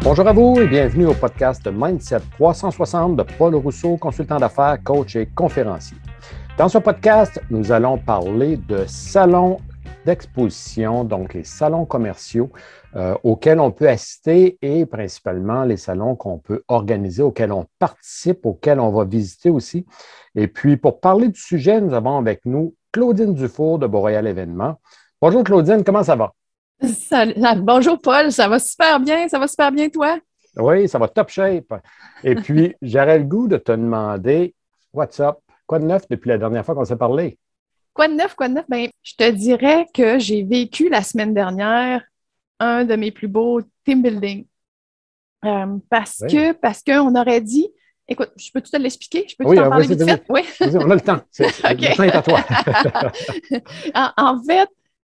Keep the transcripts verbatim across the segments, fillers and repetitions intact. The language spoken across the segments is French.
Bonjour à vous et bienvenue au podcast Mindset trois cent soixante de Paul Rousseau, consultant d'affaires, coach et conférencier. Dans ce podcast, nous allons parler de salons d'exposition, donc les salons commerciaux euh, auxquels on peut assister et principalement les salons qu'on peut organiser, auxquels on participe, auxquels on va visiter aussi. Et puis, pour parler du sujet, nous avons avec nous Claudine Dufour de Boréal Événements. Bonjour Claudine, comment ça va? Salut. Bonjour Paul, ça va super bien, ça va super bien toi? Oui, ça va top shape. Et puis, j'aurais le goût de te demander, what's up? Quoi de neuf depuis la dernière fois qu'on s'est parlé? Quoi de neuf, quoi de neuf? Ben, je te dirais que j'ai vécu la semaine dernière un de mes plus beaux team building. Euh, parce Oui. que, parce qu'on aurait dit, écoute, je peux te l'expliquer? Je peux Oui, t'en parler vas-y, vite vas-y. fait? Oui. Vas-y, on a le temps. C'est, Okay. Le temps est à toi. en, en fait,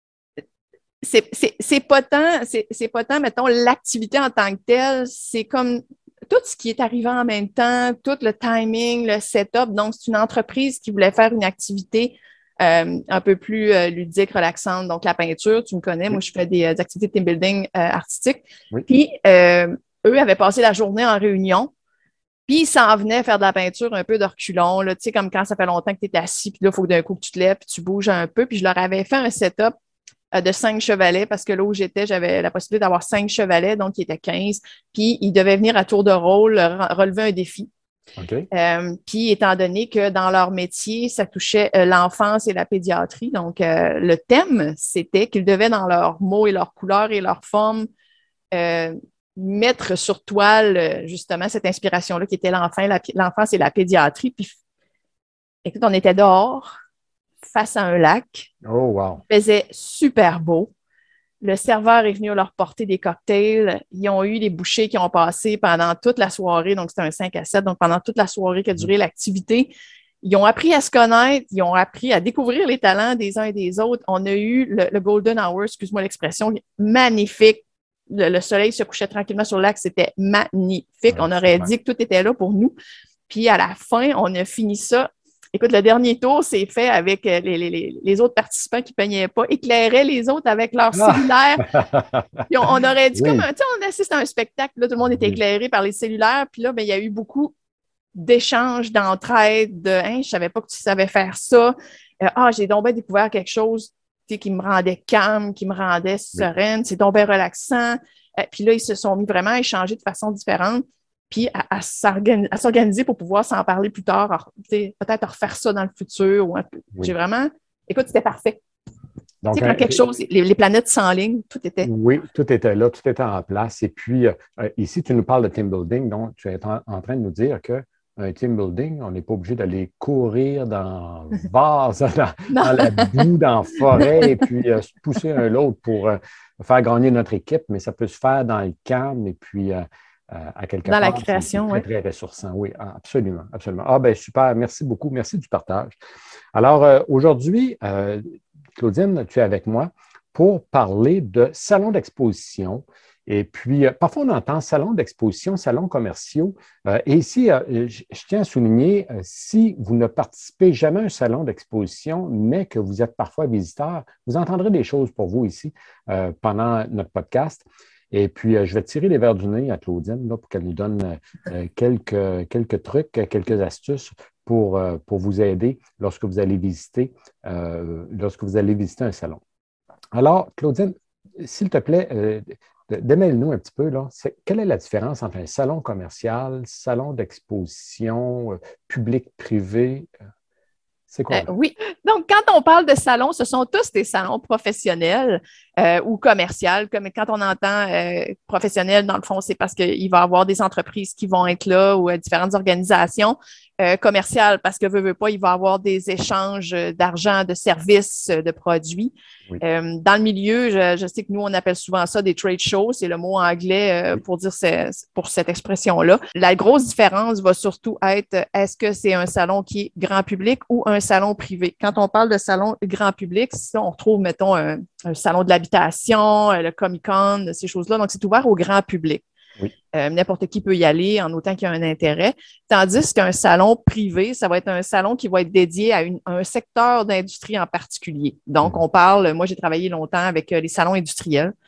c'est, c'est, c'est pas tant, c'est, c'est pas tant, mettons, l'activité en tant que telle, c'est comme tout ce qui est arrivé en même temps, tout le timing, le setup. Donc, c'est une entreprise qui voulait faire une activité euh, un peu plus euh, ludique, relaxante. Donc, la peinture, tu me connais, moi, je fais des, des activités de team building euh, artistique. Oui. Puis, euh, eux avaient passé la journée en réunion. Puis, ils s'en venaient faire de la peinture un peu de reculons, là, tu sais, comme quand ça fait longtemps que tu es assis, puis là, il faut que d'un coup que tu te lèves, puis tu bouges un peu. Puis, je leur avais fait un setup de cinq chevalets parce que là où j'étais, j'avais la possibilité d'avoir cinq chevalets, donc il était quinze. Puis, ils devaient venir à tour de rôle relever un défi. OK. Euh, puis, étant donné que dans leur métier, ça touchait euh, l'enfance et la pédiatrie, donc euh, le thème, c'était qu'ils devaient, dans leurs mots et leurs couleurs et leurs formes, euh, mettre sur toile, justement, cette inspiration-là qui était l'enfant, la, l'enfance et la pédiatrie. Puis, écoute, on était dehors, face à un lac. Oh, wow. Il faisait super beau. Le serveur est venu leur porter des cocktails. Ils ont eu des bouchées qui ont passé pendant toute la soirée. Donc, c'était un cinq à sept. Donc, pendant toute la soirée qu'a duré l'activité, ils ont appris à se connaître. Ils ont appris à découvrir les talents des uns et des autres. On a eu le, le Golden Hour, excuse-moi l'expression, magnifique. Le, le soleil se couchait tranquillement sur le lac. C'était magnifique. Ah, on aurait super. dit que tout était là pour nous. Puis, à la fin, on a fini ça. Écoute, le dernier tour, c'est fait avec les, les, les, les autres participants qui ne peignaient pas, éclairaient les autres avec leur cellulaire. Puis on, on aurait dit Oui. comme, tu sais, on assiste à un spectacle, là, tout le monde était Oui. éclairé par les cellulaires. Puis là, ben, il y a eu beaucoup d'échanges, d'entraide, de hein, « je ne savais pas que tu savais faire ça. Euh, ah, j'ai donc bien découvert quelque chose qui me rendait calme, qui me rendait sereine. Oui. C'est donc bien relaxant. Euh, » Puis là, ils se sont mis vraiment à échanger de façon différente. Puis à, à, s'organiser, à s'organiser pour pouvoir s'en parler plus tard, alors, peut-être refaire ça dans le futur. Ou un peu. Oui. J'ai vraiment... Écoute, c'était parfait. Donc, quand quelque chose, les, les planètes s'enlignent, tout était... Oui, tout était là, tout était en place. Et puis, euh, ici, tu nous parles de team building, donc tu es en, en train de nous dire qu'un team building, on n'est pas obligé d'aller courir dans vase, dans, dans la boue, dans la forêt, et puis euh, se pousser un l'autre pour euh, faire gagner notre équipe, mais ça peut se faire dans le calme et puis... Euh, Euh, à quelque dans part, la création, c'est très, oui. très ressourçant. Oui, absolument, absolument. Ah, ben super, merci beaucoup, merci du partage. Alors, euh, aujourd'hui, euh, Claudine, tu es avec moi pour parler de salons d'exposition. Et puis, euh, parfois, on entend salons d'exposition, salons commerciaux. Euh, et ici, euh, je, je tiens à souligner, euh, si vous ne participez jamais à un salon d'exposition, mais que vous êtes parfois visiteur, vous entendrez des choses pour vous ici euh, pendant notre podcast. Et puis, euh, je vais tirer les verres du nez à Claudine là, pour qu'elle nous donne euh, quelques, quelques trucs, quelques astuces pour, euh, pour vous aider lorsque vous allez visiter, euh, lorsque vous allez visiter un salon. Alors, Claudine, s'il te plaît, euh, démêle-nous un petit peu. Là, c'est, quelle est la différence entre un salon commercial, salon d'exposition, euh, public-privé? C'est quoi? Euh, oui. Donc, quand on parle de salons, ce sont tous des salons professionnels euh, ou commerciaux. Comme quand on entend euh, professionnel, dans le fond, c'est parce qu'il va y avoir des entreprises qui vont être là ou euh, différentes organisations. Euh, commerciales, parce que veut, veut pas, il va y avoir des échanges d'argent, de services, de produits. Oui. Euh, dans le milieu, je, je sais que nous, on appelle souvent ça des trade shows. C'est le mot anglais euh, oui. pour dire c'est, pour cette expression-là. La grosse différence va surtout être, est-ce que c'est un salon qui est grand public ou un salon privé? Quand on parle de salon grand public, ça, on retrouve, mettons, un, un salon de l'habitation, le Comic-Con, ces choses-là. Donc, c'est ouvert au grand public. Oui. Euh, n'importe qui peut y aller en autant qu'il y a un intérêt. Tandis qu'un salon privé, ça va être un salon qui va être dédié à, une, à un secteur d'industrie en particulier. Donc, mmh. on parle, moi, j'ai travaillé longtemps avec euh, les salons industriels.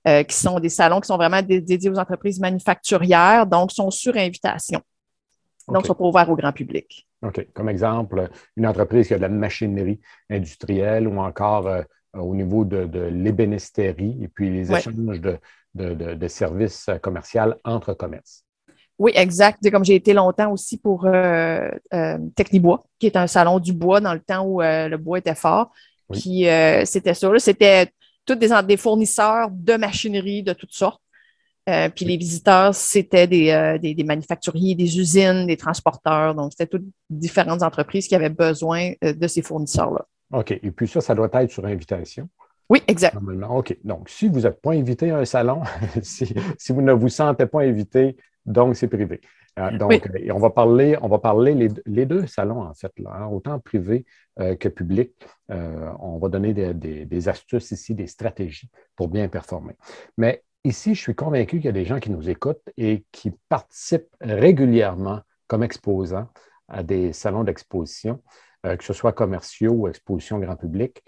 euh, qui sont des salons qui sont vraiment dé- dédiés aux entreprises manufacturières, donc sont sur invitation. Donc, OK. ne sont pas ouverts au grand public. OK. Comme exemple, une entreprise qui a de la machinerie industrielle ou encore euh, au niveau de, de l'ébénisterie et puis les Ouais. échanges de, de, de, de services commerciaux entre commerces. Oui, exact. C'est comme j'ai été longtemps aussi pour euh, euh, Technibois, qui est un salon du bois dans le temps où euh, le bois était fort. Oui. Puis euh, c'était ça. Là, c'était tous des, des fournisseurs de machinerie de toutes sortes. Euh, puis Oui. les visiteurs, c'était des, euh, des, des manufacturiers, des usines, des transporteurs. Donc, c'était toutes différentes entreprises qui avaient besoin euh, de ces fournisseurs-là. OK. Et puis ça, ça doit être sur invitation. Oui, exact. Normalement. OK. Donc, si vous n'êtes pas invité à un salon, si, si vous ne vous sentez pas invité, donc c'est privé. Euh, donc, Oui. et on va parler, on va parler les, les deux salons, en fait, là, hein, autant privé euh, que public. Euh, on va donner des, des, des astuces ici, des stratégies pour bien performer. Mais ici, je suis convaincu qu'il y a des gens qui nous écoutent et qui participent régulièrement comme exposants à des salons d'exposition, euh, que ce soit commerciaux ou expositions grand public.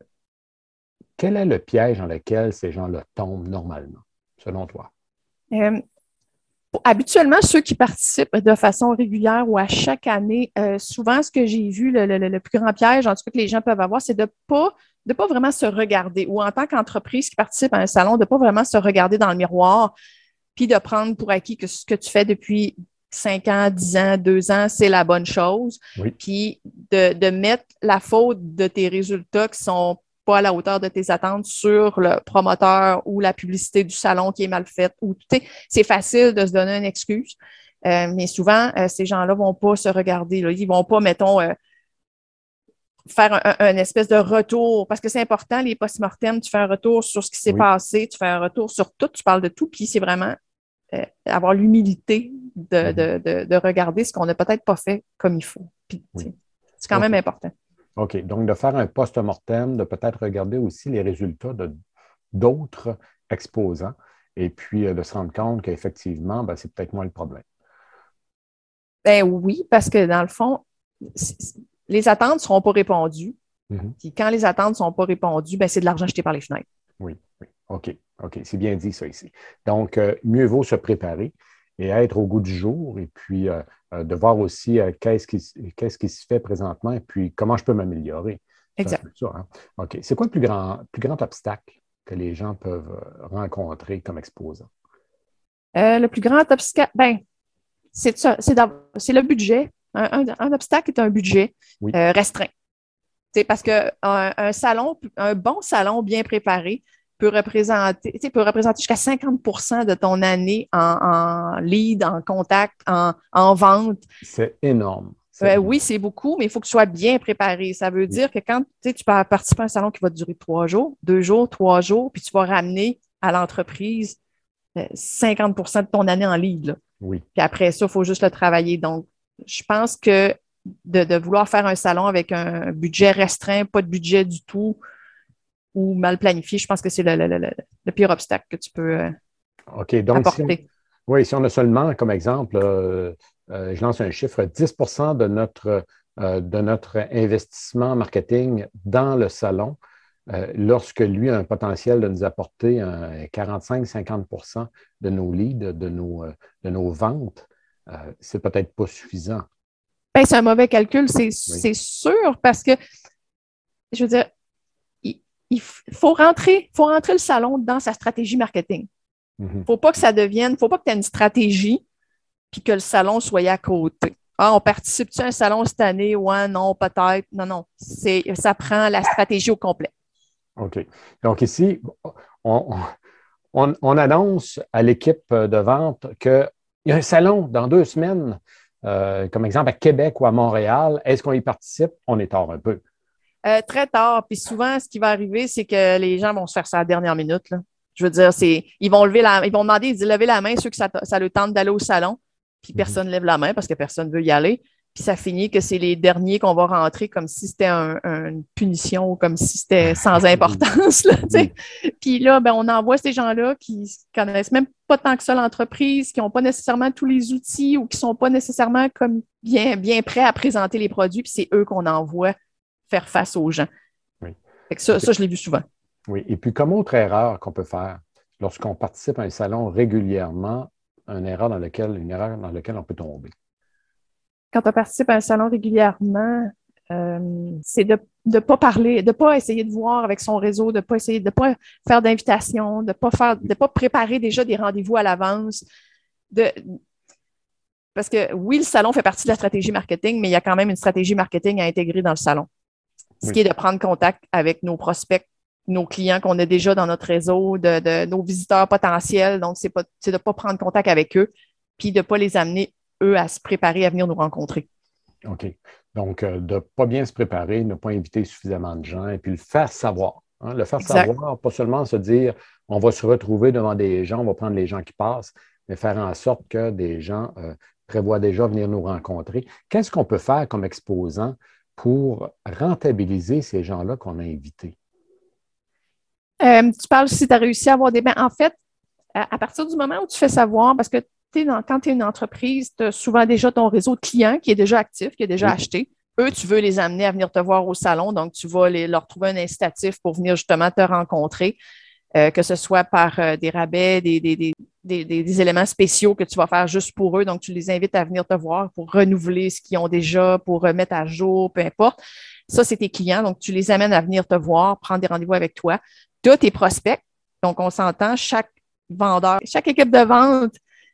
Quel est le piège dans lequel ces gens-là tombent normalement, selon toi? Euh, Habituellement, ceux qui participent de façon régulière ou à chaque année, euh, souvent, ce que j'ai vu, le, le, le plus grand piège, en tout cas, que les gens peuvent avoir, c'est de pas, de pas vraiment se regarder ou en tant qu'entreprise qui participe à un salon, de pas vraiment se regarder dans le miroir puis de prendre pour acquis que ce que tu fais depuis cinq ans, dix ans, deux ans, c'est la bonne chose. Oui. Puis de, de mettre la faute de tes résultats qui sont pas à la hauteur de tes attentes sur le promoteur ou la publicité du salon qui est mal faite. Ou, tu sais, c'est facile de se donner une excuse, euh, mais souvent, euh, ces gens-là vont pas se regarder. Là. Ils vont pas, mettons, euh, faire un, un, un espèce de retour, parce que c'est important, les post-mortem, tu fais un retour sur ce qui s'est Oui. passé, tu fais un retour sur tout, tu parles de tout, puis c'est vraiment euh, avoir l'humilité de, Mm-hmm. de, de, de regarder ce qu'on n'a peut-être pas fait comme il faut. Puis, Oui. c'est quand OK. même important. OK. Donc, de faire un post-mortem, de peut-être regarder aussi les résultats de, d'autres exposants et puis euh, de se rendre compte qu'effectivement, ben, c'est peut-être moins le problème. Ben oui, parce que dans le fond, les attentes ne seront pas répondues. Mm-hmm. Puis quand les attentes ne sont pas répondues, ben c'est de l'argent jeté par les fenêtres. Oui, oui. OK. OK. C'est bien dit, ça, ici. Donc, euh, mieux vaut se préparer et être au goût du jour et puis euh, euh, de voir aussi euh, qu'est-ce qui, qu'est-ce qui se fait présentement et puis comment je peux m'améliorer. C'est exact. un peu ça, hein? OK. C'est quoi le plus grand, plus grand obstacle que les gens peuvent rencontrer comme exposants? Euh, le plus grand obstacle, ben, c'est ça, c'est, c'est le budget. Un, un, un obstacle est un budget Oui. euh, restreint. C'est parce qu'un un salon, un bon salon bien préparé peut représenter, peut représenter jusqu'à cinquante pour cent de ton année en, en lead, en contact, en, en vente. C'est énorme. C'est Euh, énorme. oui, c'est beaucoup, mais il faut que tu sois bien préparé. Ça veut dire que quand tu peux participer à un salon qui va durer trois jours, deux jours, trois jours, puis tu vas ramener à l'entreprise cinquante pour cent de ton année en lead. Là. Oui. Puis après ça, il faut juste le travailler. Donc, je pense que de, de vouloir faire un salon avec un budget restreint, pas de budget du tout, ou mal planifié, je pense que c'est le, le, le, le pire obstacle que tu peux euh, OK. Donc, apporter. Si on, oui, si on a seulement, comme exemple, euh, euh, je lance un chiffre, dix pour cent de notre, euh, de notre investissement marketing dans le salon, euh, lorsque lui a un potentiel de nous apporter un quarante-cinq à cinquante pour cent de nos leads, de nos, de nos ventes, euh, c'est peut-être pas suffisant. Ben, c'est un mauvais calcul, c'est, Oui. c'est sûr, parce que, je veux dire, il, il faut rentrer, faut rentrer le salon dans sa stratégie marketing. Il Mm-hmm. ne faut pas que ça devienne, il ne faut pas que tu aies une stratégie puis que le salon soit à côté. Ah, on participe-tu à un salon cette année? Ouais, non, peut-être. Non, non. C'est, ça prend la stratégie au complet. OK. Donc ici, on, on, on annonce à l'équipe de vente qu'il y a un salon dans deux semaines, euh, comme exemple à Québec ou à Montréal. Est-ce qu'on y participe? On est tard un peu. Euh, très tard. Puis souvent, ce qui va arriver, c'est que les gens vont se faire ça à la dernière minute. Là. Je veux dire, c'est, ils vont lever la, ils vont demander de lever la main ceux que ça, ça le tente d'aller au salon. Puis personne ne lève la main parce que personne ne veut y aller. Puis ça finit que c'est les derniers qu'on va rentrer comme si c'était un, un, une punition, comme si c'était sans importance. Là, oui. Puis là, ben, on envoie ces gens-là qui ne connaissent même pas tant que ça l'entreprise, qui n'ont pas nécessairement tous les outils ou qui ne sont pas nécessairement comme bien, bien prêts à présenter les produits. Puis c'est eux qu'on envoie faire face aux gens. Oui. Fait que ça, ça, je l'ai vu souvent. Oui. Et puis, comme autre erreur qu'on peut faire, lorsqu'on participe à un salon régulièrement, une erreur dans laquelle, une erreur dans laquelle on peut tomber? Quand on participe à un salon régulièrement, euh, c'est de ne pas parler, de ne pas essayer de voir avec son réseau, de ne pas essayer de pas faire d'invitation, de ne pas faire, de pas préparer déjà des rendez-vous à l'avance. De, parce que oui, le salon fait partie de la stratégie marketing, mais il y a quand même une stratégie marketing à intégrer dans le salon. Ce oui. qui est de prendre contact avec nos prospects, nos clients qu'on a déjà dans notre réseau, de, de nos visiteurs potentiels. Donc, c'est, pas, c'est de ne pas prendre contact avec eux, puis de ne pas les amener, eux, à se préparer à venir nous rencontrer. OK. Donc, euh, de ne pas bien se préparer, ne pas inviter suffisamment de gens et puis le faire savoir. Hein? Le faire exact. Savoir, pas seulement se dire on va se retrouver devant des gens, on va prendre les gens qui passent, mais faire en sorte que des gens euh, prévoient déjà venir nous rencontrer. Qu'est-ce qu'on peut faire comme exposant pour rentabiliser ces gens-là qu'on a invités? Euh, tu parles si tu as réussi à avoir des... Ben, en fait, à, à partir du moment où tu fais savoir, parce que dans, quand tu es une entreprise, tu as souvent déjà ton réseau de clients qui est déjà actif, qui est déjà oui. acheté. Eux, tu veux les amener à venir te voir au salon, donc tu vas les, leur trouver un incitatif pour venir justement te rencontrer, euh, que ce soit par euh, des rabais, des, des, des, des, des éléments spéciaux que tu vas faire juste pour eux. Donc, tu les invites à venir te voir pour renouveler ce qu'ils ont déjà, pour remettre à jour, peu importe. Ça, c'est tes clients, donc tu les amènes à venir te voir, prendre des rendez-vous avec toi. Tu as tes prospects, donc on s'entend, chaque vendeur, chaque équipe de vente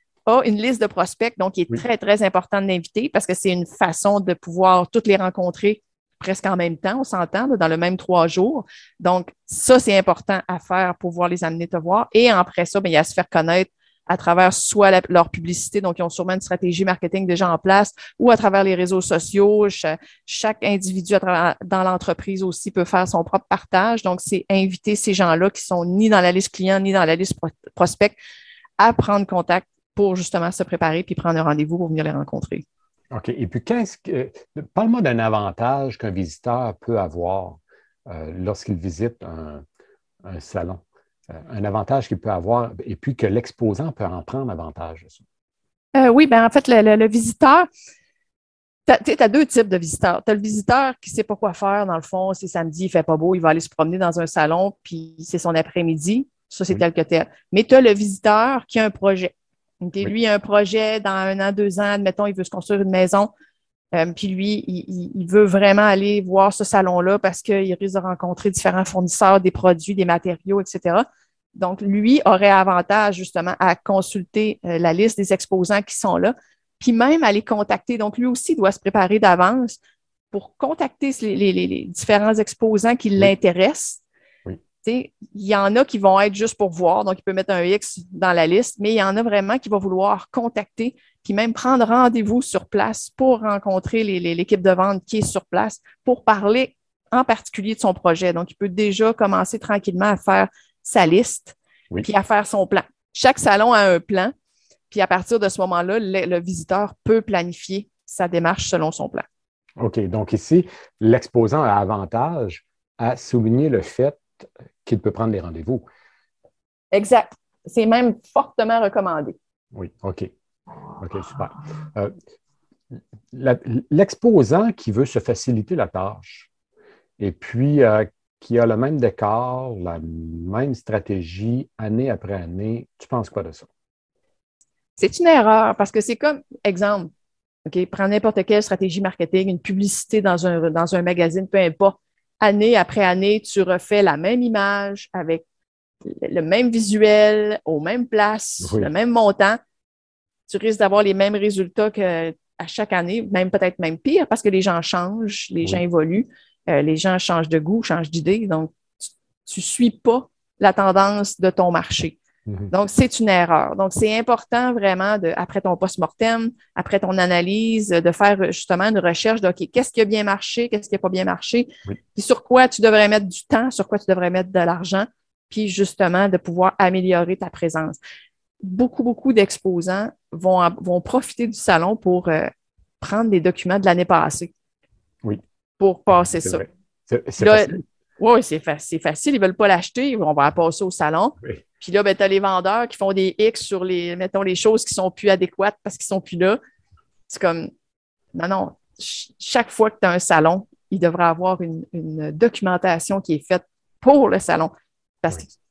a une liste de prospects, donc il est oui. très, très important de l'inviter parce que c'est une façon de pouvoir toutes les rencontrer presque en même temps, on s'entend, dans le même trois jours. Donc, ça, c'est important à faire pour pouvoir les amener te voir. Et après ça, bien, il y a à se faire connaître à travers soit la, leur publicité, donc ils ont sûrement une stratégie marketing déjà en place, ou à travers les réseaux sociaux. Chaque, chaque individu à travers, dans l'entreprise aussi peut faire son propre partage. Donc, c'est inviter ces gens-là qui sont ni dans la liste client, ni dans la liste pro- prospect à prendre contact pour justement se préparer puis prendre un rendez-vous pour venir les rencontrer. OK. Et puis, qu'est-ce que. Parle-moi d'un avantage qu'un visiteur peut avoir euh, lorsqu'il visite un, un salon. Euh, un avantage qu'il peut avoir et puis que l'exposant peut en prendre avantage. Euh, oui, bien, en fait, le, le, le visiteur, tu as deux types de visiteurs. Tu as le visiteur qui ne sait pas quoi faire, dans le fond, c'est samedi, il ne fait pas beau, il va aller se promener dans un salon, puis c'est son après-midi. Ça, c'est oui. tel que tel. Mais tu as le visiteur qui a un projet. Okay, oui. Lui, il a un projet dans un an, deux ans, admettons, il veut se construire une maison. Euh, puis lui, il, il veut vraiment aller voir ce salon-là parce qu'il risque de rencontrer différents fournisseurs, des produits, des matériaux, et cetera. Donc, lui aurait avantage justement à consulter euh, la liste des exposants qui sont là, puis même à les contacter. Donc, lui aussi doit se préparer d'avance pour contacter les, les, les différents exposants qui oui. l'intéressent. Il y en a qui vont être juste pour voir, donc il peut mettre un X dans la liste, mais il y en a vraiment qui vont vouloir contacter, puis même prendre rendez-vous sur place pour rencontrer les, les, l'équipe de vente qui est sur place pour parler en particulier de son projet. Donc, il peut déjà commencer tranquillement à faire sa liste, oui. puis à faire son plan. Chaque salon a un plan, puis à partir de ce moment-là, le, le visiteur peut planifier sa démarche selon son plan. OK. Donc ici, l'exposant a avantage à souligner le fait qu'il peut prendre les rendez-vous. Exact. C'est même fortement recommandé. Oui, OK. OK, super. Euh, la, l'exposant qui veut se faciliter la tâche et puis euh, qui a le même décor, la même stratégie année après année, tu penses quoi de ça? C'est une erreur parce que c'est comme, exemple, OK, prends n'importe quelle stratégie marketing, une publicité dans un, dans un magazine, peu importe. Année après année, tu refais la même image avec le même visuel, aux mêmes places, oui. le même montant. Tu risques d'avoir les mêmes résultats qu'à chaque année, même peut-être même pire parce que les gens changent, les oui. gens évoluent, euh, les gens changent de goût, changent d'idée. Donc, tu ne suis pas la tendance de ton marché. Mm-hmm. Donc, c'est une erreur. Donc, c'est important vraiment, de, après ton post-mortem, après ton analyse, de faire justement une recherche de OK, qu'est-ce qui a bien marché, qu'est-ce qui n'a pas bien marché, oui. puis sur quoi tu devrais mettre du temps, sur quoi tu devrais mettre de l'argent, puis justement de pouvoir améliorer ta présence. Beaucoup, beaucoup d'exposants vont, vont profiter du salon pour euh, prendre des documents de l'année passée. Oui. Pour passer c'est ça. Vrai. C'est, c'est là, facile. Oui, c'est, fa- c'est facile. Ils ne veulent pas l'acheter. On va la passer au salon. Oui. Puis là, ben, tu as les vendeurs qui font des X sur les, mettons, les choses qui ne sont plus adéquates parce qu'ils ne sont plus là. C'est comme, non, non. Ch- chaque fois que tu as un salon, il devrait avoir une, une documentation qui est faite pour le salon. Parce, oui. que, ça,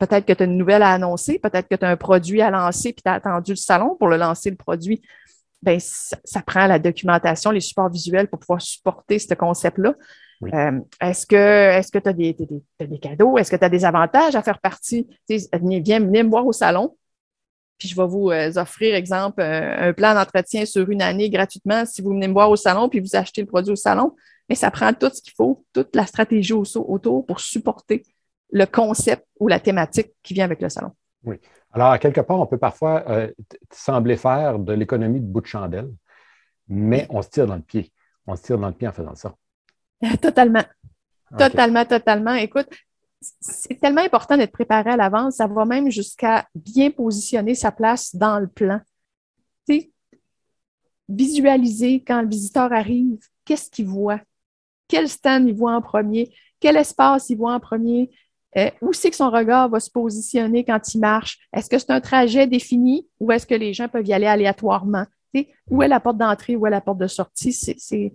peut-être que tu as une nouvelle à annoncer, peut-être que tu as un produit à lancer puis tu as attendu le salon pour le lancer, le produit. Bien, ça, ça prend la documentation, les supports visuels pour pouvoir supporter ce concept-là. Oui. Euh, est-ce que est-ce que tu as des, des, des, des cadeaux? Est-ce que tu as des avantages à faire partie? Tu sais, venez, viens, venez me voir au salon, puis je vais vous euh, offrir, exemple, un, un plan d'entretien sur une année gratuitement si vous venez me voir au salon puis vous achetez le produit au salon. Mais ça prend tout ce qu'il faut, toute la stratégie autour pour supporter le concept ou la thématique qui vient avec le salon. Oui. Alors, à quelque part, on peut parfois euh, sembler faire de l'économie de bout de chandelle, mais on se tire dans le pied. On se tire dans le pied en faisant ça. Totalement. Okay. Totalement, totalement. Écoute, c'est tellement important d'être préparé à l'avance. Ça va même jusqu'à bien positionner sa place dans le plan. Tu sais, visualiser quand le visiteur arrive, qu'est-ce qu'il voit? Quel stand il voit en premier? Quel espace il voit en premier? Euh, où c'est que son regard va se positionner quand il marche? Est-ce que c'est un trajet défini ou est-ce que les gens peuvent y aller aléatoirement? Tu sais, où est la porte d'entrée? Où est la porte de sortie? C'est, c'est...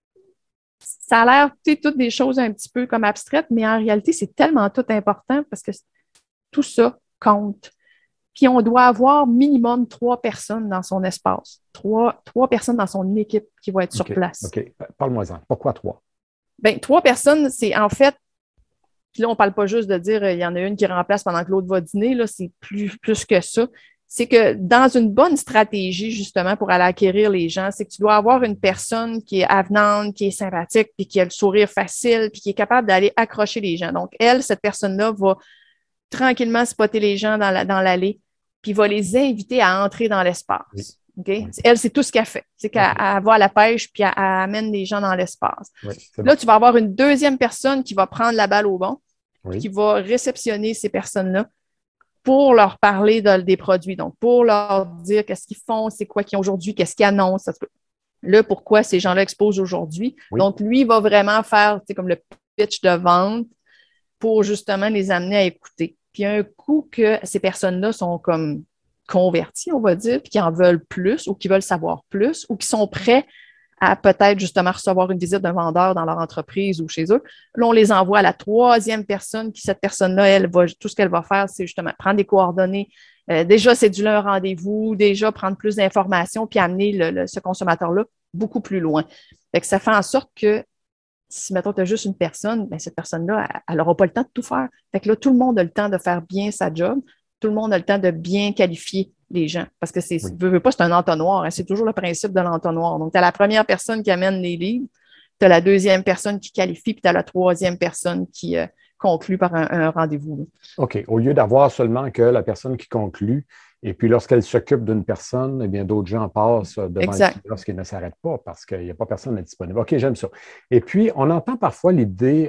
Ça a l'air, tu sais, toutes des choses un petit peu comme abstraites, mais en réalité, c'est tellement tout important parce que tout ça compte. Puis on doit avoir minimum trois personnes dans son espace, trois, trois personnes dans son équipe qui vont être okay. sur place. OK. Parle-moi-en. Pourquoi trois? Bien, trois personnes, c'est en fait, puis là, on ne parle pas juste de dire il y en a une qui remplace pendant que l'autre va dîner, là, c'est plus, plus que ça. C'est que dans une bonne stratégie, justement, pour aller acquérir les gens, c'est que tu dois avoir une personne qui est avenante, qui est sympathique, puis qui a le sourire facile, puis qui est capable d'aller accrocher les gens. Donc, elle, cette personne-là, va tranquillement spotter les gens dans, la, dans l'allée, puis va les inviter à entrer dans l'espace. Oui. Okay? Oui. Elle, c'est tout ce qu'elle fait. C'est qu'elle okay. va à la pêche, puis elle, elle amène les gens dans l'espace. Oui, là, bon. Tu vas avoir une deuxième personne qui va prendre la balle au bon, oui. qui va réceptionner ces personnes-là pour leur parler de, des produits. Donc, pour leur dire qu'est-ce qu'ils font, c'est quoi qu'ils ont aujourd'hui, qu'est-ce qu'ils annoncent, là, pourquoi ces gens-là exposent aujourd'hui. Oui. Donc, lui, il va vraiment faire, tu sais, comme le pitch de vente pour justement les amener à écouter. Puis, un coup que ces personnes-là sont comme converties, on va dire, puis qui en veulent plus ou qui veulent savoir plus ou qui sont prêts à peut-être justement recevoir une visite d'un vendeur dans leur entreprise ou chez eux. Là, on les envoie à la troisième personne, qui cette personne-là, elle va, tout ce qu'elle va faire, c'est justement prendre des coordonnées, euh, déjà céduler un rendez-vous, déjà prendre plus d'informations, puis amener le, le, ce consommateur-là beaucoup plus loin. Fait que ça fait en sorte que si, mettons, tu as juste une personne, bien, cette personne-là, elle n'aura pas le temps de tout faire. Fait que là, tout le monde a le temps de faire bien sa job. Tout le monde a le temps de bien qualifier les gens. Parce que c'est, oui. veux, veux pas, c'est un entonnoir. Hein, c'est toujours le principe de l'entonnoir. Donc, tu as la première personne qui amène les livres, tu as la deuxième personne qui qualifie, puis tu as la troisième personne qui euh, conclut par un, un rendez-vous. Là. OK. Au lieu d'avoir seulement que la personne qui conclut, et puis lorsqu'elle s'occupe d'une personne, eh bien, d'autres gens passent devant exact. le lorsqu'ils ne s'arrêtent pas parce qu'il n'y a pas personne disponible. OK, j'aime ça. Et puis, on entend parfois l'idée,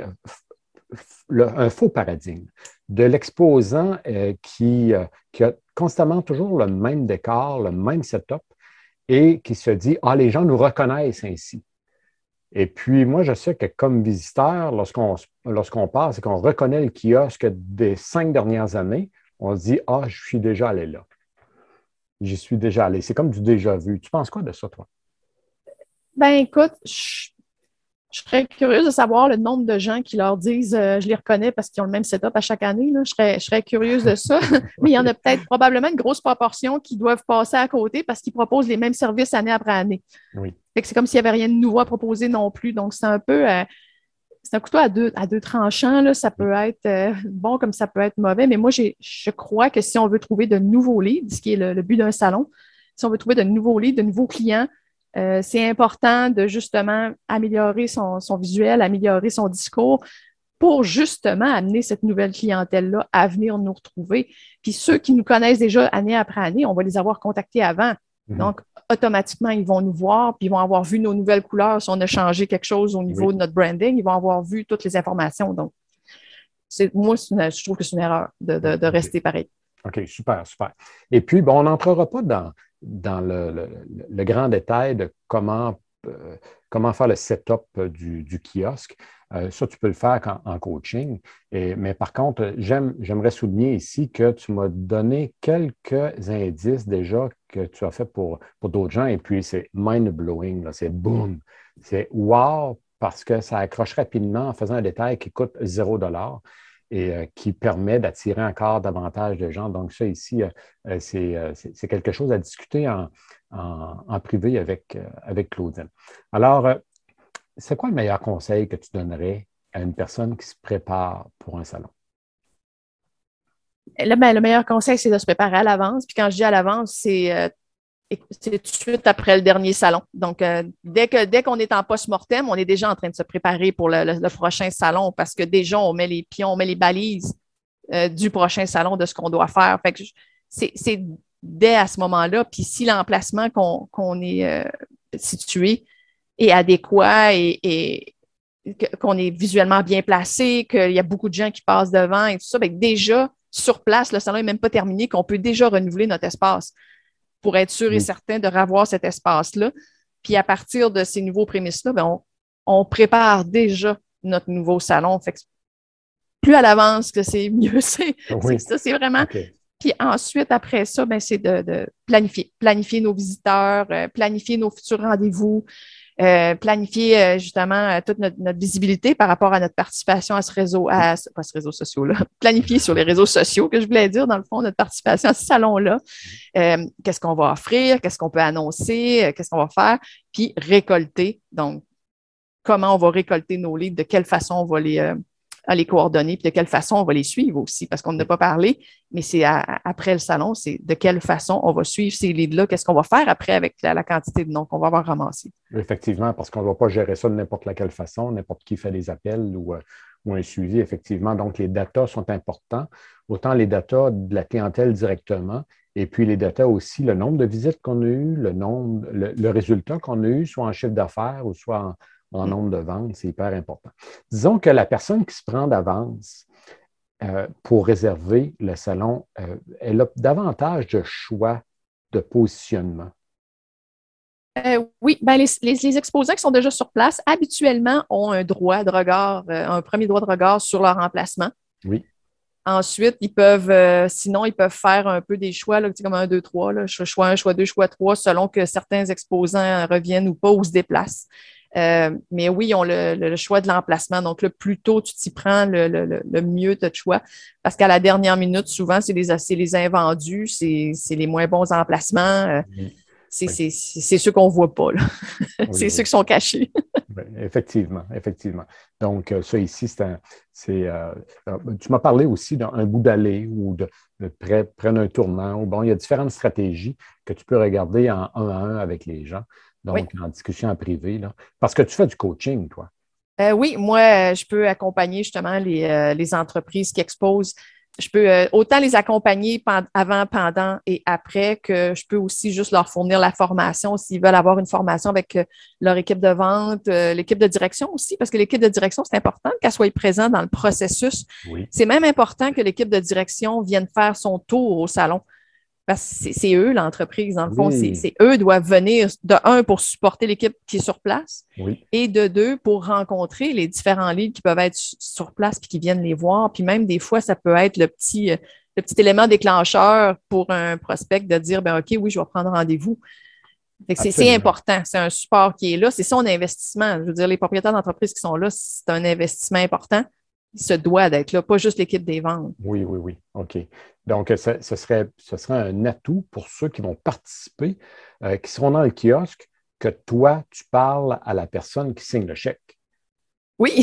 le, un faux paradigme de l'exposant euh, qui, euh, qui a constamment toujours le même décor, le même setup et qui se dit « Ah, les gens nous reconnaissent ainsi ». Et puis, moi, je sais que comme visiteur, lorsqu'on, lorsqu'on passe et qu'on reconnaît le kiosque des cinq dernières années, on se dit « Ah, je suis déjà allé là. J'y suis déjà allé. » C'est comme du déjà vu. Tu penses quoi de ça, toi? Ben écoute, je... Je serais curieuse de savoir le nombre de gens qui leur disent euh, « je les reconnais parce qu'ils ont le même setup à chaque année ». Je serais, je serais curieuse de ça. Mais il y en a peut-être probablement une grosse proportion qui doivent passer à côté parce qu'ils proposent les mêmes services année après année. Oui. Fait que c'est comme s'il n'y avait rien de nouveau à proposer non plus. Donc, c'est un peu… Euh, c'est un couteau à deux, à deux tranchants. Là. Ça peut être euh, bon comme ça peut être mauvais. Mais moi, j'ai, je crois que si on veut trouver de nouveaux leads, ce qui est le, le but d'un salon, si on veut trouver de nouveaux leads, de nouveaux clients, Euh, c'est important de justement améliorer son, son visuel, améliorer son discours pour justement amener cette nouvelle clientèle-là à venir nous retrouver. Puis ceux qui nous connaissent déjà année après année, on va les avoir contactés avant. Mm-hmm. Donc, automatiquement, ils vont nous voir, puis ils vont avoir vu nos nouvelles couleurs. Si on a changé quelque chose au niveau oui. de notre branding, ils vont avoir vu toutes les informations. Donc, c'est, moi, c'est une, je trouve que c'est une erreur de, de, de rester pareil. OK, super, super. Et puis, bon, on n'entrera pas dans, dans le, le, le grand détail de comment, euh, comment faire le setup du, du kiosque. Euh, ça, tu peux le faire en, en coaching. Et, mais par contre, j'aime, j'aimerais souligner ici que tu m'as donné quelques indices déjà que tu as fait pour, pour d'autres gens. Et puis, c'est mind-blowing, là, c'est boum, c'est wow, parce que ça accroche rapidement en faisant un détail qui coûte zéro dollar. et euh, qui permet d'attirer encore davantage de gens. Donc, ça ici, euh, c'est, euh, c'est, c'est quelque chose à discuter en, en, en privé avec, euh, avec Claudine. Alors, euh, c'est quoi le meilleur conseil que tu donnerais à une personne qui se prépare pour un salon? Là, ben, le meilleur conseil, c'est de se préparer à l'avance. Puis quand je dis à l'avance, c'est euh, c'est tout de suite après le dernier salon. Donc, euh, dès que dès qu'on est en post-mortem, on est déjà en train de se préparer pour le, le, le prochain salon parce que déjà, on met les pions, on met les balises euh, du prochain salon de ce qu'on doit faire. Fait que c'est, c'est dès à ce moment-là. Puis si l'emplacement qu'on, qu'on est euh, situé est adéquat et, et qu'on est visuellement bien placé, qu'il y a beaucoup de gens qui passent devant et tout ça, bien, déjà, sur place, le salon n'est même pas terminé, qu'on peut déjà renouveler notre espace pour être sûr et Oui. certain de revoir cet espace-là. Puis à partir de ces nouveaux prémices-là, bien, on, on prépare déjà notre nouveau salon. Fait que plus à l'avance que c'est mieux, c'est, Oui. c'est ça, c'est vraiment. Okay. Puis ensuite, après ça, bien, c'est de, de planifier. Planifier nos visiteurs, euh, planifier nos futurs rendez-vous, euh, planifier euh, justement euh, toute notre, notre visibilité par rapport à notre participation à ce réseau, à ce, pas ce réseau social-là, planifier sur les réseaux sociaux, que je voulais dire, dans le fond, notre participation à ce salon-là. Euh, qu'est-ce qu'on va offrir, qu'est-ce qu'on peut annoncer, euh, qu'est-ce qu'on va faire, puis récolter. Donc, comment on va récolter nos leads, de quelle façon on va les, euh, les coordonner, puis de quelle façon on va les suivre aussi, parce qu'on n'a pas parlé, mais c'est à, après le salon, c'est de quelle façon on va suivre ces leads-là, qu'est-ce qu'on va faire après avec la, la quantité de noms qu'on va avoir ramassés. Effectivement, parce qu'on ne va pas gérer ça de n'importe laquelle façon, n'importe qui fait des appels ou, euh, ou un suivi, effectivement. Donc, les datas sont importants, autant les datas de la clientèle directement, et puis les datas aussi, le nombre de visites qu'on a eues, le nombre, le, le résultat qu'on a eu, soit en chiffre d'affaires ou soit en, en mmh. nombre de ventes, c'est hyper important. Disons que la personne qui se prend d'avance euh, pour réserver le salon, euh, elle a davantage de choix de positionnement. Euh, oui, ben les, les, les exposants qui sont déjà sur place, habituellement, ont un droit de regard, euh, un premier droit de regard sur leur emplacement. Oui. Ensuite, ils peuvent, euh, sinon, ils peuvent faire un peu des choix, là, comme un, deux, trois, là, choix un, choix deux, choix trois, selon que certains exposants reviennent ou pas ou se déplacent. Euh, mais oui, ils ont le, le, le choix de l'emplacement. Donc, le plus tôt tu t'y prends, le, le, le mieux tu as de choix. Parce qu'à la dernière minute, souvent, c'est les, c'est les invendus, c'est, c'est les moins bons emplacements. Euh, oui. C'est, oui. c'est, c'est, c'est ceux qu'on ne voit pas. Là. Oui, c'est oui. ceux qui sont cachés. Oui, effectivement, effectivement. Donc, ça ici, c'est un. C'est, euh, tu m'as parlé aussi d'un bout d'allée ou de, de près, près d'un tournant. Ou bon, il y a différentes stratégies que tu peux regarder en un à un avec les gens. Donc, oui. en discussion en privé. Là. Parce que tu fais du coaching, toi. Euh, oui, moi, je peux accompagner justement les, euh, les entreprises qui exposent. Je peux euh, autant les accompagner pendant, avant, pendant et après que je peux aussi juste leur fournir la formation s'ils veulent avoir une formation avec euh, leur équipe de vente, euh, l'équipe de direction aussi, parce que l'équipe de direction, c'est important qu'elle soit présente dans le processus. Oui. C'est même important que l'équipe de direction vienne faire son tour au salon. Parce que c'est, c'est eux, l'entreprise, dans le fond, oui. c'est, c'est eux qui doivent venir, de un, pour supporter l'équipe qui est sur place, oui. et de deux, pour rencontrer les différents leads qui peuvent être sur place puis qui viennent les voir. Puis même des fois, ça peut être le petit, le petit élément déclencheur pour un prospect de dire, ben OK, oui, je vais prendre rendez-vous. C'est, c'est important, c'est un support qui est là, c'est son investissement. Je veux dire, les propriétaires d'entreprises qui sont là, c'est un investissement important. Il se doit d'être là, pas juste l'équipe des ventes. Oui, oui, oui. OK. Donc, ce, ce, serait, ce serait un atout pour ceux qui vont participer, euh, qui seront dans le kiosque, que toi, tu parles à la personne qui signe le chèque. Oui.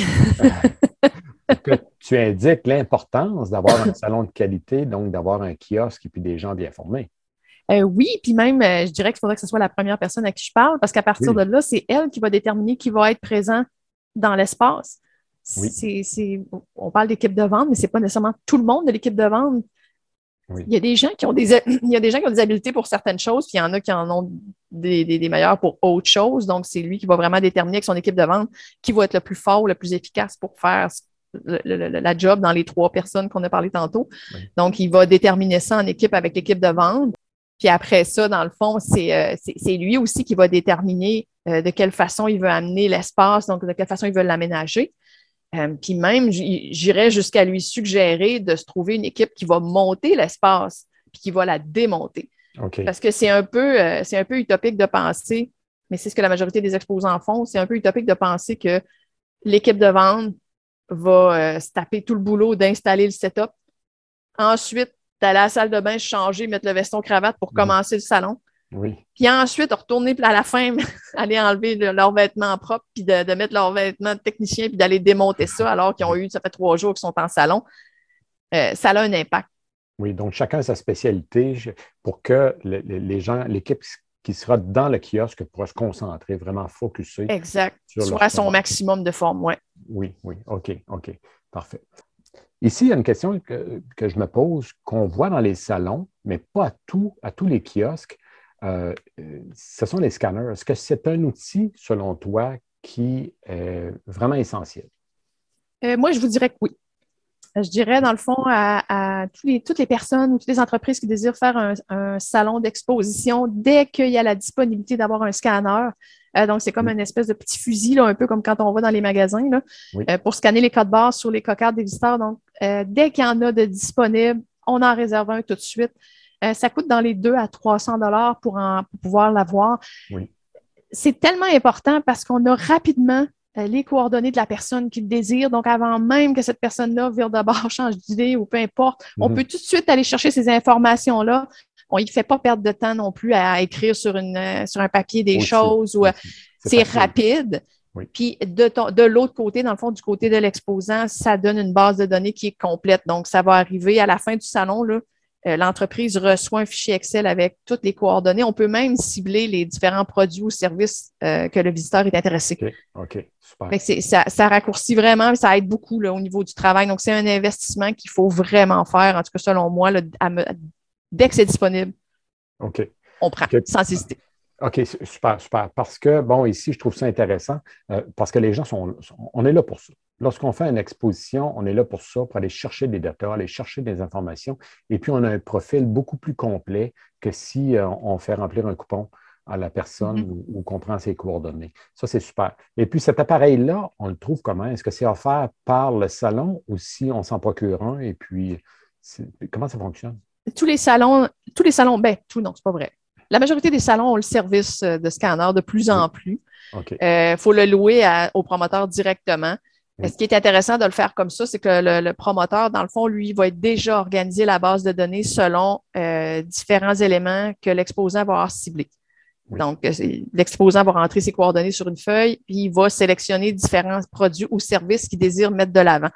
euh, que tu indiques l'importance d'avoir un salon de qualité, donc d'avoir un kiosque et puis des gens bien formés. Euh, oui, puis même, euh, je dirais qu'il faudrait que ce soit la première personne à qui je parle, parce qu'à partir oui. de là, c'est elle qui va déterminer qui va être présent dans l'espace. Oui. C'est, c'est, on parle d'équipe de vente, mais ce n'est pas nécessairement tout le monde de l'équipe de vente. Oui. Il y a des gens qui ont des, il y a des gens qui ont des habiletés pour certaines choses, puis il y en a qui en ont des, des, des meilleurs pour autre chose. Donc, c'est lui qui va vraiment déterminer avec son équipe de vente qui va être le plus fort ou le plus efficace pour faire le, le, le, la job dans les trois personnes qu'on a parlé tantôt. Oui. Donc, il va déterminer ça en équipe avec l'équipe de vente. Puis après ça, dans le fond, c'est, euh, c'est, c'est lui aussi qui va déterminer euh, de quelle façon il veut amener l'espace, donc de quelle façon il veut l'aménager. Euh, puis même, j'irais jusqu'à lui suggérer de se trouver une équipe qui va monter l'espace puis qui va la démonter. Okay. Parce que c'est un peu, euh, c'est un peu utopique de penser, mais c'est ce que la majorité des exposants font, c'est un peu utopique de penser que l'équipe de vente va euh, se taper tout le boulot d'installer le setup. Ensuite, d'aller à la salle de bain, changer, mettre le veston cravate pour commencer mmh. le salon. Oui. Puis ensuite, retourner à la fin, aller enlever de, leurs vêtements propres, puis de, de mettre leurs vêtements de technicien, puis d'aller démonter ça alors qu'ils ont eu, ça fait trois jours qu'ils sont en salon. Euh, ça a un impact. Oui, donc chacun a sa spécialité pour que le, le, les gens, l'équipe qui sera dans le kiosque pourra se concentrer, vraiment focuser. Exact. Soit à son maximum de forme, oui. Oui, oui. OK, OK. Parfait. Ici, il y a une question que, que je me pose, qu'on voit dans les salons, mais pas à, tout, à tous les kiosques. Euh, ce sont les scanners. Est-ce que c'est un outil, selon toi, qui est vraiment essentiel? Euh, moi, je vous dirais que oui. Je dirais, dans le fond, à, à tous les, toutes les personnes ou toutes les entreprises qui désirent faire un, un salon d'exposition, dès qu'il y a la disponibilité d'avoir un scanner, euh, donc c'est comme oui. une espèce de petit fusil, là, un peu comme quand on va dans les magasins, là, oui. euh, pour scanner les codes barres sur les cocardes des visiteurs. Donc, euh, dès qu'il y en a de disponibles, on en réserve un tout de suite. Euh, ça coûte dans les deux à trois cents dollars pour, en, pour pouvoir l'avoir. Oui. C'est tellement important parce qu'on a rapidement les coordonnées de la personne qui le désire. Donc, avant même que cette personne-là vire de bord, change d'idée ou peu importe, mm-hmm. on peut tout de suite aller chercher ces informations-là. On ne fait pas perdre de temps non plus à écrire sur, une, sur un papier des aussi, choses. Ou, c'est rapide. Oui. Puis, de, ton, de l'autre côté, dans le fond, du côté de l'exposant, ça donne une base de données qui est complète. Donc, ça va arriver à la fin du salon, là, Euh, l'entreprise reçoit un fichier Excel avec toutes les coordonnées. On peut même cibler les différents produits ou services euh, que le visiteur est intéressé. OK, OK, super. Fait que c'est, ça, ça raccourcit vraiment, ça aide beaucoup là, au niveau du travail. Donc, c'est un investissement qu'il faut vraiment faire, en tout cas selon moi, là, à me, dès que c'est disponible. OK. On prend, okay. sans hésiter. OK, super, super. Parce que, bon, ici, je trouve ça intéressant euh, parce que les gens sont, sont, on est là pour ça. Lorsqu'on fait une exposition, on est là pour ça, pour aller chercher des data, aller chercher des informations. Et puis, on a un profil beaucoup plus complet que si euh, on fait remplir un coupon à la personne mm-hmm. ou, ou qu'on prend ses coordonnées. Ça, c'est super. Et puis, cet appareil-là, on le trouve comment? Est-ce que c'est offert par le salon ou si on s'en procure un? Et puis, comment ça fonctionne? Tous les salons, tous les salons, ben, tout non, c'est pas vrai. La majorité des salons ont le service de scanner de plus en plus. Il okay. euh, faut le louer à, au promoteur directement. Oui. Ce qui est intéressant de le faire comme ça, c'est que le, le promoteur, dans le fond, lui, va être déjà organisé la base de données selon euh, différents éléments que l'exposant va avoir ciblés. Oui. Donc, l'exposant va rentrer ses coordonnées sur une feuille, puis il va sélectionner différents produits ou services qu'il désire mettre de l'avant.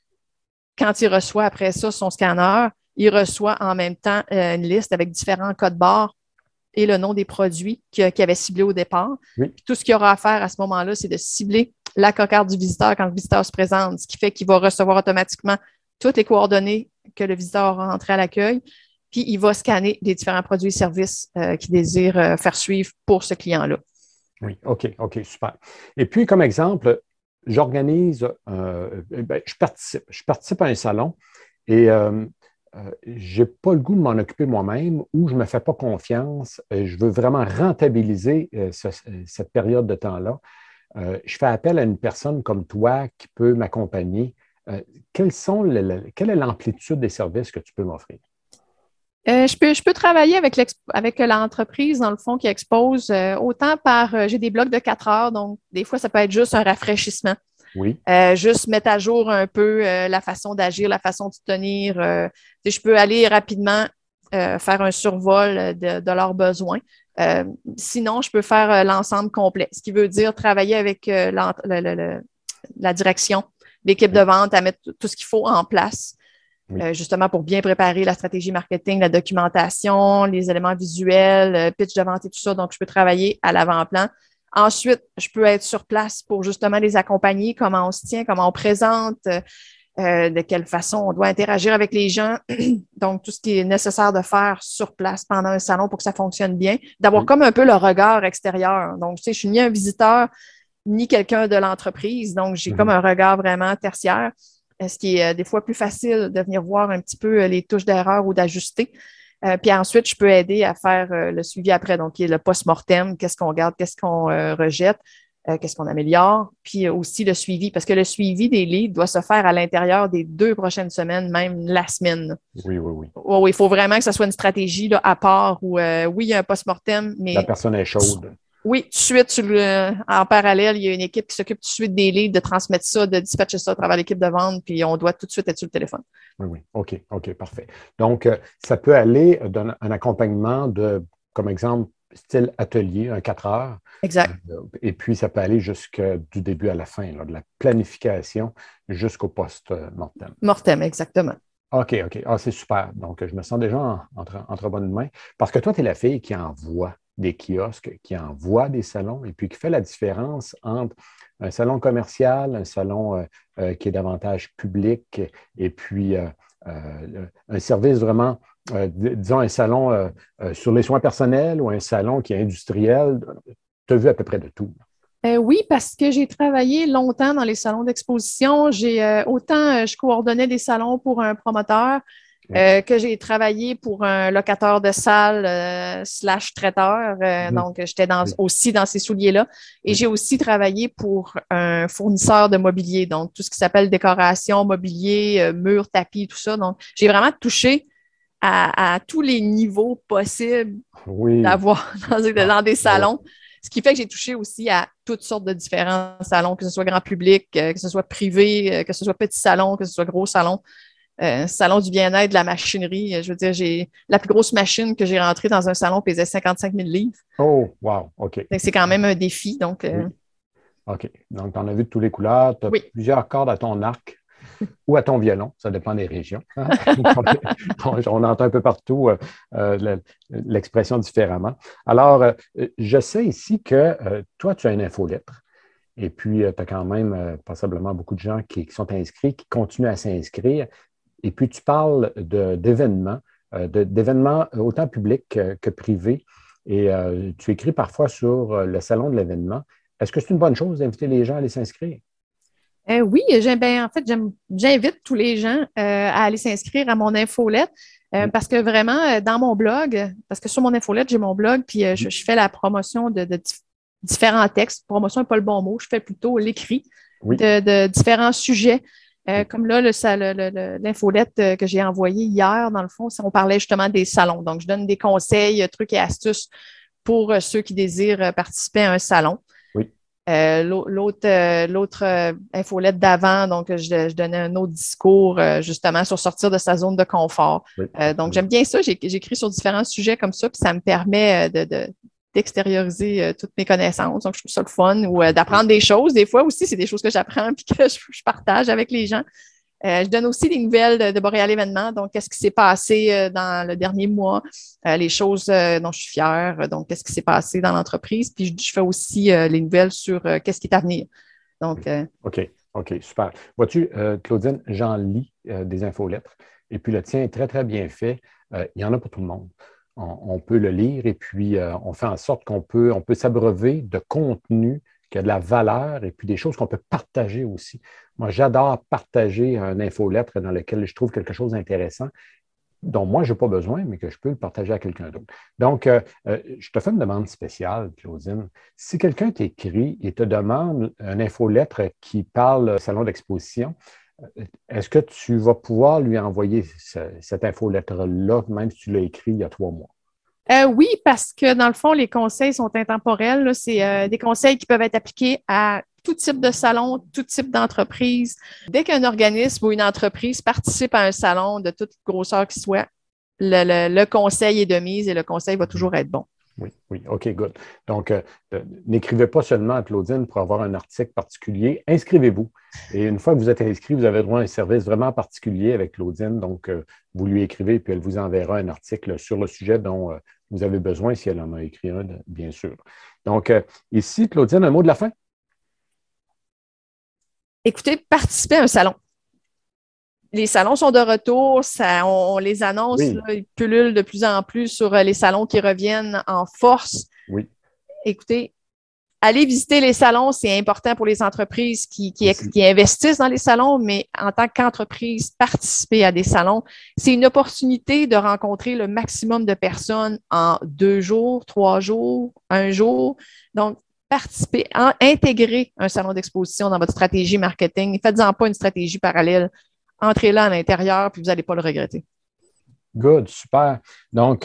Quand il reçoit après ça son scanner, il reçoit en même temps euh, une liste avec différents codes barres et le nom des produits qu'il avait ciblés au départ. Oui. Puis tout ce qu'il y aura à faire à ce moment-là, c'est de cibler la cocarde du visiteur quand le visiteur se présente, ce qui fait qu'il va recevoir automatiquement toutes les coordonnées que le visiteur aura entrées à l'accueil, puis il va scanner les différents produits et services euh, qu'il désire euh, faire suivre pour ce client-là. Oui, OK, OK, super. Et puis, comme exemple, j'organise, euh, ben, je participe, je participe à un salon et euh, Euh, je n'ai pas le goût de m'en occuper moi-même ou je ne me fais pas confiance. Euh, je veux vraiment rentabiliser euh, ce, cette période de temps-là. Euh, je fais appel à une personne comme toi qui peut m'accompagner. Euh, quelles sont le, le, quelle est l'amplitude des services que tu peux m'offrir? Euh, je, peux, je peux travailler avec, avec l'entreprise, dans le fond, qui expose euh, autant par... Euh, j'ai des blocs de quatre heures, donc des fois, ça peut être juste un rafraîchissement. Oui. Euh, juste mettre à jour un peu euh, la façon d'agir, la façon de se tenir. Euh, je peux aller rapidement euh, faire un survol de, de leurs besoins. Euh, sinon, je peux faire euh, l'ensemble complet, ce qui veut dire travailler avec euh, le, le, le, la direction, l'équipe oui. de vente, à mettre tout ce qu'il faut en place, oui. euh, justement pour bien préparer la stratégie marketing, la documentation, les éléments visuels, pitch de vente et tout ça. Donc, je peux travailler à l'avant-plan. Ensuite, je peux être sur place pour justement les accompagner, comment on se tient, comment on présente, euh, de quelle façon on doit interagir avec les gens. Donc, tout ce qui est nécessaire de faire sur place pendant un salon pour que ça fonctionne bien, d'avoir oui. comme un peu le regard extérieur. Donc, tu sais, je suis ni un visiteur, ni quelqu'un de l'entreprise. Donc, j'ai mm-hmm. comme un regard vraiment tertiaire, ce qui est euh, des fois plus facile de venir voir un petit peu les touches d'erreur ou d'ajuster. Euh, puis ensuite, je peux aider à faire euh, le suivi après, donc qui est le post-mortem, qu'est-ce qu'on garde, qu'est-ce qu'on euh, rejette, euh, qu'est-ce qu'on améliore, puis aussi le suivi, parce que le suivi des leads doit se faire à l'intérieur des deux prochaines semaines, même la semaine. Oui, oui, oui. Oui, oui, il faut vraiment que ce soit une stratégie là, à part où, euh, oui, il y a un post-mortem, mais... La personne est chaude. Oui, tout de suite, tu le- en parallèle, il y a une équipe qui s'occupe tout de suite des leads, de transmettre ça, de dispatcher ça à travers l'équipe de vente, puis on doit tout de suite être sur le téléphone. Oui, oui. OK, OK, parfait. Donc, euh, ça peut aller d'un un accompagnement de, comme exemple, style atelier, un quatre heures. Exact. Euh, et puis, ça peut aller jusque du début à la fin, là, de la planification jusqu'au post-mortem. Mortem, exactement. OK, OK. Ah, c'est super. Donc, je me sens déjà en- entre, entre bonnes mains. Parce que toi, tu es la fille qui envoie des kiosques, qui envoie des salons et puis qui fait la différence entre un salon commercial, un salon euh, euh, qui est davantage public et puis euh, euh, un service vraiment, euh, d- disons, un salon euh, euh, sur les soins personnels ou un salon qui est industriel. Tu as vu à peu près de tout. Euh, oui, parce que j'ai travaillé longtemps dans les salons d'exposition. J'ai euh, autant euh, je coordonnais des salons pour un promoteur Oui. euh, que j'ai travaillé pour un locateur de salle euh, slash traiteur. Euh, Mhm. donc, j'étais dans, Oui. aussi dans ces souliers-là. Et Oui. j'ai aussi travaillé pour un fournisseur de mobilier, donc tout ce qui s'appelle décoration, mobilier, euh, murs, tapis, tout ça. Donc, j'ai vraiment touché à, à tous les niveaux possibles Oui. d'avoir dans, Ah, dans des ah ouais. salons. Ce qui fait que j'ai touché aussi à toutes sortes de différents salons, que ce soit grand public, euh, que ce soit privé, euh, que ce soit petit salon, que ce soit gros salon, euh, salon du bien-être, de la machinerie. Je veux dire, j'ai la plus grosse machine que j'ai rentrée dans un salon pesait cinquante-cinq mille livres. Oh, wow, OK. Donc, c'est quand même un défi. Donc, euh, Oui. OK. Donc, tu en as vu de toutes les couleurs. Tu as oui, plusieurs cordes à ton arc ou à ton violon. Ça dépend des régions. Hein? on, on entend un peu partout euh, euh, l'expression différemment. Alors, euh, je sais ici que euh, toi, tu as une infolettre. Et puis, tu as quand même euh, passablement beaucoup de gens qui, qui sont inscrits, qui continuent à s'inscrire. Et puis, tu parles de- d'événements, euh, de- d'événements autant publics que, que privés. Et euh, tu écris parfois sur euh, le salon de l'événement. Est-ce que c'est une bonne chose d'inviter les gens à aller s'inscrire? Euh, oui, j'aime, ben, en fait, j'aime- j'invite tous les gens euh, à aller s'inscrire à mon infolette euh, Oui, parce que vraiment, euh, dans mon blog, parce que sur mon infolette, j'ai mon blog, puis euh, je, oui, je fais la promotion de, de dif- différents textes. Promotion n'est pas le bon mot, je fais plutôt l'écrit oui, de, de différents sujets. Euh, oui. comme là, le, ça- le- le- le- l'infolette euh, que j'ai envoyée hier, dans le fond, on parlait justement des salons. Donc, je donne des conseils, euh, trucs et astuces pour euh, ceux qui désirent euh, participer à un salon. Oui. Euh, l'autre euh, l'autre euh, infolette d'avant, donc je, je donnais un autre discours euh, justement sur sortir de sa zone de confort. Oui, Euh, donc absolument. j'aime bien ça, J'ai- j'écris sur différents sujets comme ça, puis ça me permet euh, de, de- d'extérioriser euh, toutes mes connaissances. Donc je trouve ça le fun ou euh, d'apprendre des choses. Des fois aussi, c'est des choses que j'apprends puis que je, je partage avec les gens. Euh, je donne aussi des nouvelles de, de Boréal Événements. Donc, qu'est-ce qui s'est passé euh, dans le dernier mois, euh, les choses euh, dont je suis fière. Donc, qu'est-ce qui s'est passé dans l'entreprise. Puis, je, je fais aussi euh, les nouvelles sur euh, qu'est-ce qui est à venir. Donc, euh, OK, OK, super. Vois-tu, euh, Claudine, j'en lis euh, des infolettres. Et puis le tien est très, très bien fait. Euh, il y en a pour tout le monde. On, on peut le lire et puis euh, on fait en sorte qu'on peut, on peut s'abreuver de contenu qui a de la valeur et puis des choses qu'on peut partager aussi. Moi, j'adore partager un infolettre dans lequel je trouve quelque chose d'intéressant dont moi, je n'ai pas besoin, mais que je peux le partager à quelqu'un d'autre. Donc, euh, euh, je te fais une demande spéciale, Claudine. Si quelqu'un t'écrit et te demande une infolettre qui parle salon d'exposition, euh, est-ce que tu vas pouvoir lui envoyer ce- cette infolettre-là, même si tu l'as écrit il y a trois mois? euh, oui, parce que dans le fond, les conseils sont intemporels. là. C'est euh, des conseils qui peuvent être appliqués à tout type de salon, tout type d'entreprise. Dès qu'un organisme ou une entreprise participe à un salon de toute grosseur qu'il soit, le, le- le conseil est de mise et le conseil va toujours être bon. Oui, oui, OK, good. Donc, euh, euh, n'écrivez pas seulement à Claudine pour avoir un article particulier, inscrivez-vous. Et une fois que vous êtes inscrit, vous avez droit à un service vraiment particulier avec Claudine. Donc, euh, vous lui écrivez, puis elle vous enverra un article sur le sujet dont euh, vous avez besoin, si elle en a écrit un, de- bien sûr. Donc, euh, ici, Claudine, un mot de la fin? Écoutez, participez à un salon. Les salons sont de retour, ça, on, on les annonce, Oui, là, ils pullulent de plus en plus sur euh, les salons qui reviennent en force. oui, Écoutez, aller visiter les salons, c'est important pour les entreprises qui, qui, aussi. qui investissent dans les salons, mais en tant qu'entreprise, participer à des salons, c'est une opportunité de rencontrer le maximum de personnes en deux jours, trois jours, un jour. Donc, participer, en, intégrer un salon d'exposition dans votre stratégie marketing. Faites-en pas une stratégie parallèle. Entrez là à l'intérieur, puis vous n'allez pas le regretter. Good, super. Donc,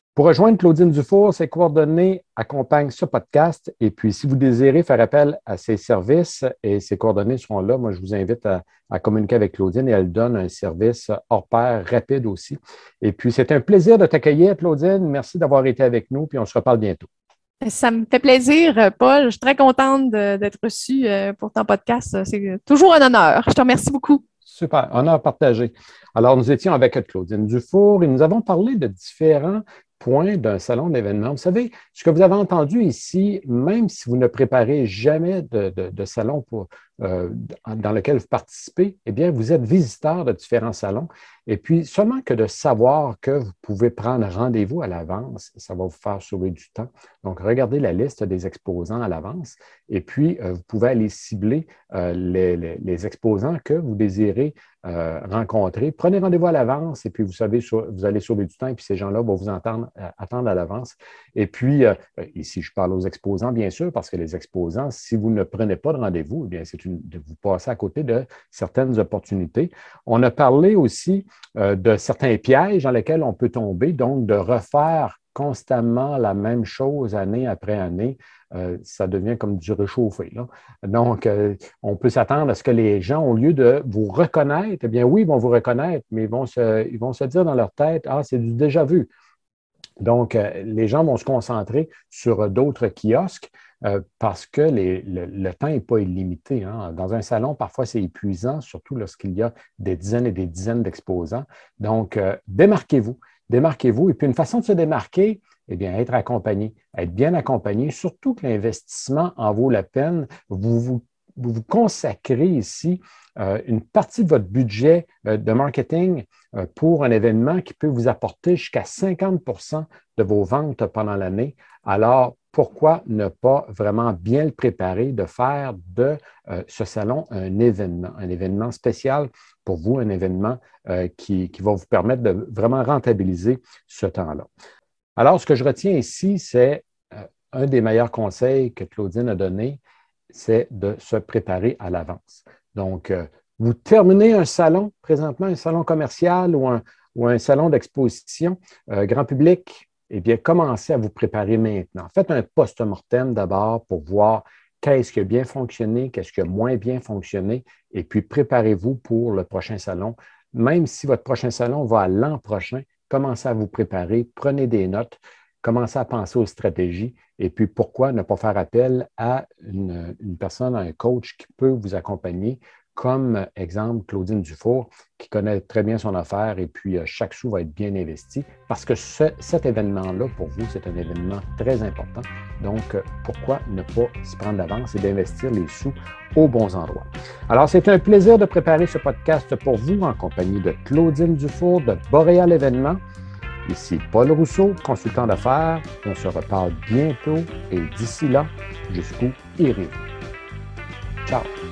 Pour rejoindre Claudine Dufour, ses coordonnées accompagnent ce podcast. Et puis, si vous désirez faire appel à ses services et ses coordonnées seront là, moi, je vous invite à, à communiquer avec Claudine et elle donne un service hors pair rapide aussi. Et puis, c'est un plaisir de t'accueillir, Claudine. Merci d'avoir été avec nous, puis on se reparle bientôt. Ça me fait plaisir, Paul. Je suis très contente de, d'être reçue pour ton podcast. C'est toujours un honneur. Je te remercie beaucoup. Super, honneur partagé. Alors, nous étions avec Claudine Dufour et nous avons parlé de différents points d'un salon d'événements. Vous savez, ce que vous avez entendu ici, même si vous ne préparez jamais de, de, de salon pour, euh, dans lequel vous participez, eh bien, vous êtes visiteur de différents salons. Et puis, seulement que de savoir que vous pouvez prendre rendez-vous à l'avance, ça va vous faire sauver du temps. Donc, regardez la liste des exposants à l'avance et puis, euh, vous pouvez aller cibler euh, les, les, les exposants que vous désirez euh, rencontrer. Prenez rendez-vous à l'avance et puis, vous savez, vous allez sauver du temps et puis ces gens-là vont vous entendre, euh, attendre à l'avance. Et puis, euh, ici, je parle aux exposants, bien sûr, parce que les exposants, si vous ne prenez pas de rendez-vous, eh bien, c'est une, de vous passer à côté de certaines opportunités. On a parlé aussi euh, de certains pièges dans lesquels on peut tomber, donc de refaire constamment la même chose année après année. Euh, ça devient comme du réchauffé, là. Donc, euh, on peut s'attendre à ce que les gens, au lieu de vous reconnaître, eh bien oui, ils vont vous reconnaître, mais ils vont se, ils vont se dire dans leur tête, ah, c'est du déjà vu. Donc, euh, les gens vont se concentrer sur d'autres kiosques euh, parce que les, le, le temps n'est pas illimité, hein. Dans un salon, parfois, c'est épuisant, surtout lorsqu'il y a des dizaines et des dizaines d'exposants. Donc, euh, démarquez-vous, démarquez-vous. Et puis, une façon de se démarquer, eh bien, être accompagné, être bien accompagné, surtout que l'investissement en vaut la peine. Vous vous, vous, vous consacrez ici euh, une partie de votre budget euh, de marketing euh, pour un événement qui peut vous apporter jusqu'à cinquante pour cent de vos ventes pendant l'année. Alors, pourquoi ne pas vraiment bien le préparer, de faire de euh, ce salon un événement, un événement spécial pour vous, un événement euh, qui, qui va vous permettre de vraiment rentabiliser ce temps-là. Alors, ce que je retiens ici, c'est euh, un des meilleurs conseils que Claudine a donné, c'est de se préparer à l'avance. Donc, euh, vous terminez un salon, présentement un salon commercial ou un, ou un salon d'exposition euh, grand public, eh bien, commencez à vous préparer maintenant. Faites un post-mortem d'abord pour voir qu'est-ce qui a bien fonctionné, qu'est-ce qui a moins bien fonctionné, et puis préparez-vous pour le prochain salon. Même si votre prochain salon va à l'an prochain, commencez à vous préparer, prenez des notes, commencez à penser aux stratégies et puis pourquoi ne pas faire appel à une, une personne, à un coach qui peut vous accompagner, comme exemple Claudine Dufour, qui connaît très bien son affaire et puis euh, chaque sou va être bien investi parce que ce, cet événement-là, pour vous, c'est un événement très important. Donc, euh, pourquoi ne pas s'y prendre d'avance et d'investir les sous aux bons endroits? Alors, c'est un plaisir de préparer ce podcast pour vous en compagnie de Claudine Dufour de Boréal Événements. Ici Paul Rousseau, consultant d'affaires. On se reparle bientôt et d'ici là, jusqu'où irez-vous? Ciao!